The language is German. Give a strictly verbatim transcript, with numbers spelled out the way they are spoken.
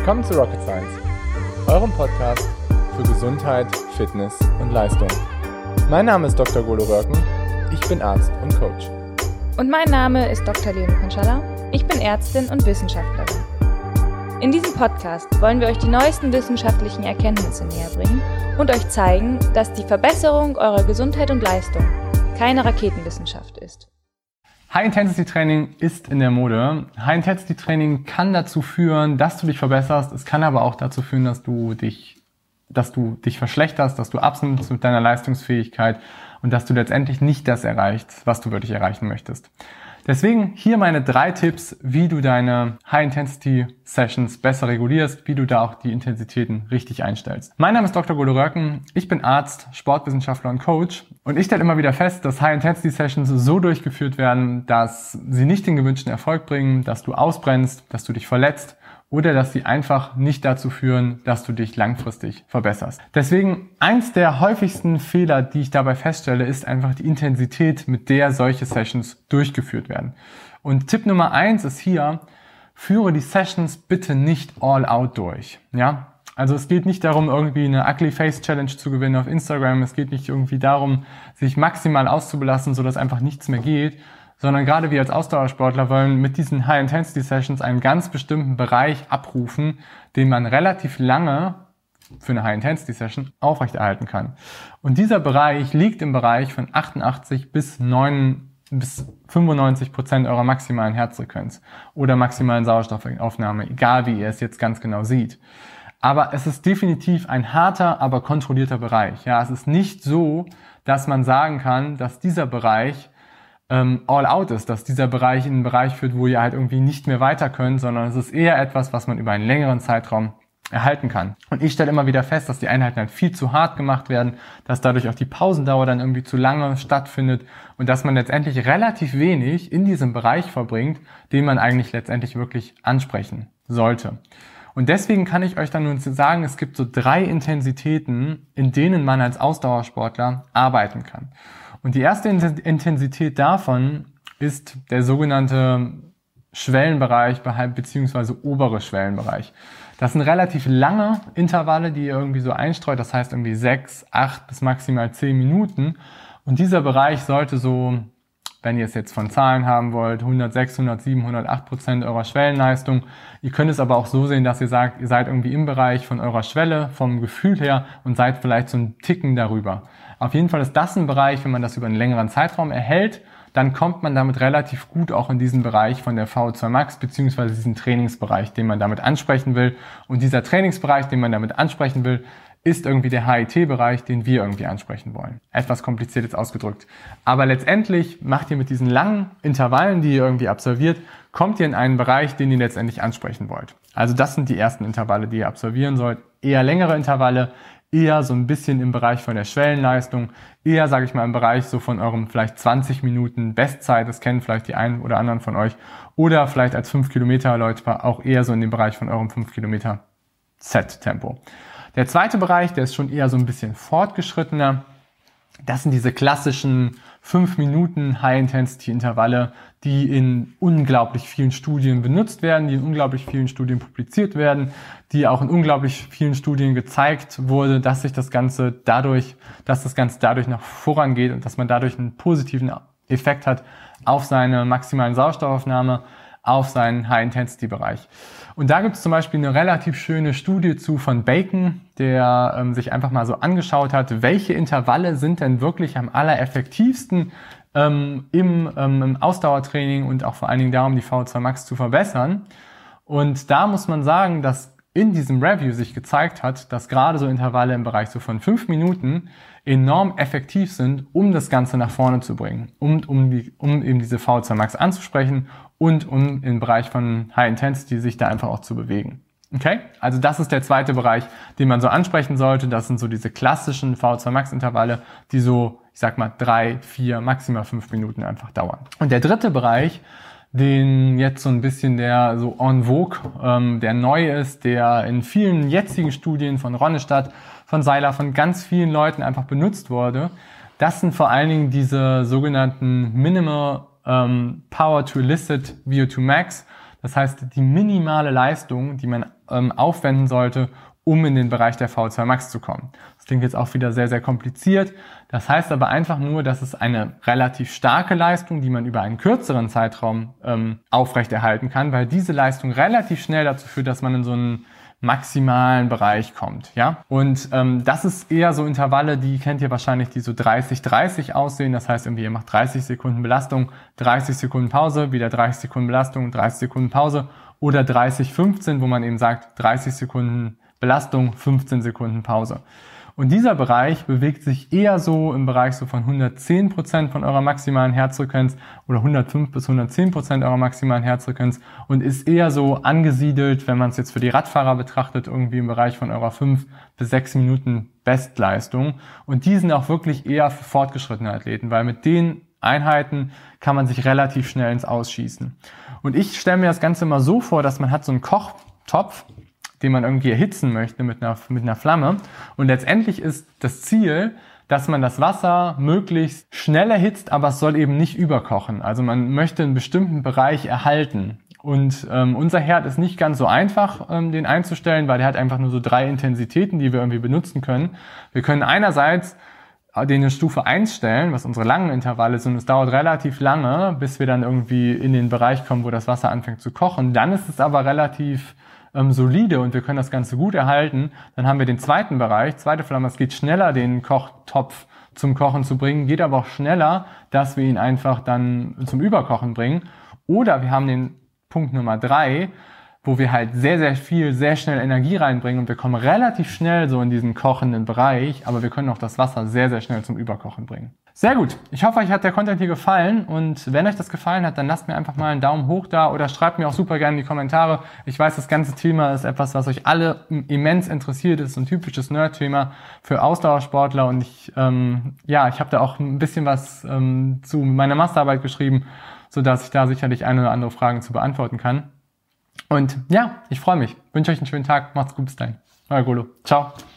Willkommen zu Rocket Science, eurem Podcast für Gesundheit, Fitness und Leistung. Mein Name ist Doktor Golo Röhrken, ich bin Arzt und Coach. Und mein Name ist Doktor Leonie Konschalla, ich bin Ärztin und Wissenschaftlerin. In diesem Podcast wollen wir euch die neuesten wissenschaftlichen Erkenntnisse näherbringen und euch zeigen, dass die Verbesserung eurer Gesundheit und Leistung keine Raketenwissenschaft ist. High-Intensity-Training ist in der Mode. High-Intensity-Training kann dazu führen, dass du dich verbesserst. Es kann aber auch dazu führen, dass du dich, dass du dich verschlechterst, dass du abnimmst mit deiner Leistungsfähigkeit und dass du letztendlich nicht das erreichst, was du wirklich erreichen möchtest. Deswegen hier meine drei Tipps, wie du deine High-Intensity-Sessions besser regulierst, wie du da auch die Intensitäten richtig einstellst. Mein Name ist Doktor Golo Röhrken, ich bin Arzt, Sportwissenschaftler und Coach und ich stelle immer wieder fest, dass High-Intensity-Sessions so durchgeführt werden, dass sie nicht den gewünschten Erfolg bringen, dass du ausbrennst, dass du dich verletzt oder dass sie einfach nicht dazu führen, dass du dich langfristig verbesserst. Deswegen eins der häufigsten Fehler, die ich dabei feststelle, ist einfach die Intensität, mit der solche Sessions durchgeführt werden. Und Tipp Nummer eins ist hier, führe die Sessions bitte nicht all out durch. Ja? Also es geht nicht darum, irgendwie eine Ugly Face Challenge zu gewinnen auf Instagram. Es geht nicht irgendwie darum, sich maximal auszubelassen, sodass einfach nichts mehr geht, sondern gerade wir als Ausdauersportler wollen mit diesen High-Intensity-Sessions einen ganz bestimmten Bereich abrufen, den man relativ lange für eine High-Intensity-Session aufrechterhalten kann. Und dieser Bereich liegt im Bereich von achtundachtzig bis neun bis fünfundneunzig Prozent eurer maximalen Herzfrequenz oder maximalen Sauerstoffaufnahme, egal wie ihr es jetzt ganz genau seht. Aber es ist definitiv ein harter, aber kontrollierter Bereich. Ja, es ist nicht so, dass man sagen kann, dass dieser Bereich all out ist, dass dieser Bereich in einen Bereich führt, wo ihr halt irgendwie nicht mehr weiter könnt, sondern es ist eher etwas, was man über einen längeren Zeitraum erhalten kann. Und ich stelle immer wieder fest, dass die Einheiten halt viel zu hart gemacht werden, dass dadurch auch die Pausendauer dann irgendwie zu lange stattfindet und dass man letztendlich relativ wenig in diesem Bereich verbringt, den man eigentlich letztendlich wirklich ansprechen sollte. Und deswegen kann ich euch dann nur sagen, es gibt so drei Intensitäten, in denen man als Ausdauersportler arbeiten kann. Und die erste Intensität davon ist der sogenannte Schwellenbereich bzw. obere Schwellenbereich. Das sind relativ lange Intervalle, die ihr irgendwie so einstreut, das heißt irgendwie sechs, acht bis maximal zehn Minuten. Und dieser Bereich sollte so, wenn ihr es jetzt von Zahlen haben wollt, hundertsechs, hundertsieben, hundertacht Prozent eurer Schwellenleistung. Ihr könnt es aber auch so sehen, dass ihr sagt, ihr seid irgendwie im Bereich von eurer Schwelle, vom Gefühl her und seid vielleicht so ein Ticken darüber. Auf jeden Fall ist das ein Bereich, wenn man das über einen längeren Zeitraum erhält, dann kommt man damit relativ gut auch in diesen Bereich von der V O zwei Max bzw. diesen Trainingsbereich, den man damit ansprechen will. Und dieser Trainingsbereich, den man damit ansprechen will, ist irgendwie der H I T-Bereich, den wir irgendwie ansprechen wollen. Etwas kompliziert jetzt ausgedrückt. Aber letztendlich macht ihr mit diesen langen Intervallen, die ihr irgendwie absolviert, kommt ihr in einen Bereich, den ihr letztendlich ansprechen wollt. Also das sind die ersten Intervalle, die ihr absolvieren sollt. Eher längere Intervalle, eher so ein bisschen im Bereich von der Schwellenleistung, eher, sage ich mal, im Bereich so von eurem vielleicht zwanzig Minuten Bestzeit, das kennen vielleicht die einen oder anderen von euch, oder vielleicht als fünf Kilometer Leute auch eher so in dem Bereich von eurem fünf Kilometer Set-Tempo. Der zweite Bereich, der ist schon eher so ein bisschen fortgeschrittener. Das sind diese klassischen fünf Minuten High-Intensity-Intervalle, die in unglaublich vielen Studien benutzt werden, die in unglaublich vielen Studien publiziert werden, die auch in unglaublich vielen Studien gezeigt wurde, dass sich das Ganze dadurch, dass das Ganze dadurch noch vorangeht und dass man dadurch einen positiven Effekt hat auf seine maximalen Sauerstoffaufnahme, auf seinen High-Intensity-Bereich. Und da gibt es zum Beispiel eine relativ schöne Studie zu von Bacon, der ähm, sich einfach mal so angeschaut hat, welche Intervalle sind denn wirklich am allereffektivsten ähm, im, ähm, im Ausdauertraining und auch vor allen Dingen darum, die V O zwei Max zu verbessern. Und da muss man sagen, dass in diesem Review sich gezeigt hat, dass gerade so Intervalle im Bereich so von fünf Minuten enorm effektiv sind, um das Ganze nach vorne zu bringen, um, um, die, um eben diese V O zwei Max anzusprechen und um im Bereich von High Intensity sich da einfach auch zu bewegen. Okay? Also das ist der zweite Bereich, den man so ansprechen sollte. Das sind so diese klassischen V O zwei Max Intervalle, die so, ich sag mal, drei, vier, maximal fünf Minuten einfach dauern. Und der dritte Bereich, den jetzt so ein bisschen der so en vogue, ähm, der neu ist, der in vielen jetzigen Studien von Ronnestadt, von Seiler, von ganz vielen Leuten einfach benutzt wurde, das sind vor allen Dingen diese sogenannten Minimal ähm, Power to Elicit V O zwei Max Das heißt, die minimale Leistung, die man ähm, aufwenden sollte, um in den Bereich der V zwei Max zu kommen. Das klingt jetzt auch wieder sehr, sehr kompliziert. Das heißt aber einfach nur, dass es eine relativ starke Leistung, die man über einen kürzeren Zeitraum ähm, aufrechterhalten kann, weil diese Leistung relativ schnell dazu führt, dass man in so einen maximalen Bereich kommt, ja. Und ähm, das ist eher so Intervalle, die kennt ihr wahrscheinlich, die so dreißig dreißig aussehen. Das heißt, irgendwie ihr macht dreißig Sekunden Belastung, dreißig Sekunden Pause, wieder dreißig Sekunden Belastung, dreißig Sekunden Pause oder dreißig fünfzehn, wo man eben sagt, dreißig Sekunden Belastung, fünfzehn Sekunden Pause. Und dieser Bereich bewegt sich eher so im Bereich so von hundertzehn Prozent von eurer maximalen Herzfrequenz oder hundertfünf bis hundertzehn Prozent eurer maximalen Herzfrequenz und ist eher so angesiedelt, wenn man es jetzt für die Radfahrer betrachtet, irgendwie im Bereich von eurer fünf bis sechs Minuten Bestleistung. Und die sind auch wirklich eher für fortgeschrittene Athleten, weil mit den Einheiten kann man sich relativ schnell ins Ausschießen. Und ich stelle mir das Ganze mal so vor, dass man hat so einen Kochtopf, den man irgendwie erhitzen möchte mit einer, mit einer Flamme. Und letztendlich ist das Ziel, dass man das Wasser möglichst schnell erhitzt, aber es soll eben nicht überkochen. Also man möchte einen bestimmten Bereich erhalten. Und ähm, unser Herd ist nicht ganz so einfach, ähm, den einzustellen, weil der hat einfach nur so drei Intensitäten, die wir irgendwie benutzen können. Wir können einerseits den in Stufe eins stellen, was unsere langen Intervalle sind. Es dauert relativ lange, bis wir dann irgendwie in den Bereich kommen, wo das Wasser anfängt zu kochen. Dann ist es aber relativ Ähm, solide und wir können das Ganze gut erhalten. Dann haben wir den zweiten Bereich, zweite Flamme. Es geht schneller, den Kochtopf zum Kochen zu bringen, geht aber auch schneller, dass wir ihn einfach dann zum Überkochen bringen. Oder wir haben den Punkt Nummer drei, wo wir halt sehr, sehr viel, sehr schnell Energie reinbringen und wir kommen relativ schnell so in diesen kochenden Bereich, aber wir können auch das Wasser sehr, sehr schnell zum Überkochen bringen. Sehr gut. Ich hoffe, euch hat der Content hier gefallen und wenn euch das gefallen hat, dann lasst mir einfach mal einen Daumen hoch da oder schreibt mir auch super gerne in die Kommentare. Ich weiß, das ganze Thema ist etwas, was euch alle immens interessiert. Es ist ein typisches Nerd-Thema für Ausdauersportler und ich, ähm, ja, ich habe da auch ein bisschen was ähm, zu meiner Masterarbeit geschrieben, sodass ich da sicherlich eine oder andere Fragen zu beantworten kann. Und ja, ich freue mich. Wünsche euch einen schönen Tag. Macht's gut, bis dahin. Euer Golo. Ciao.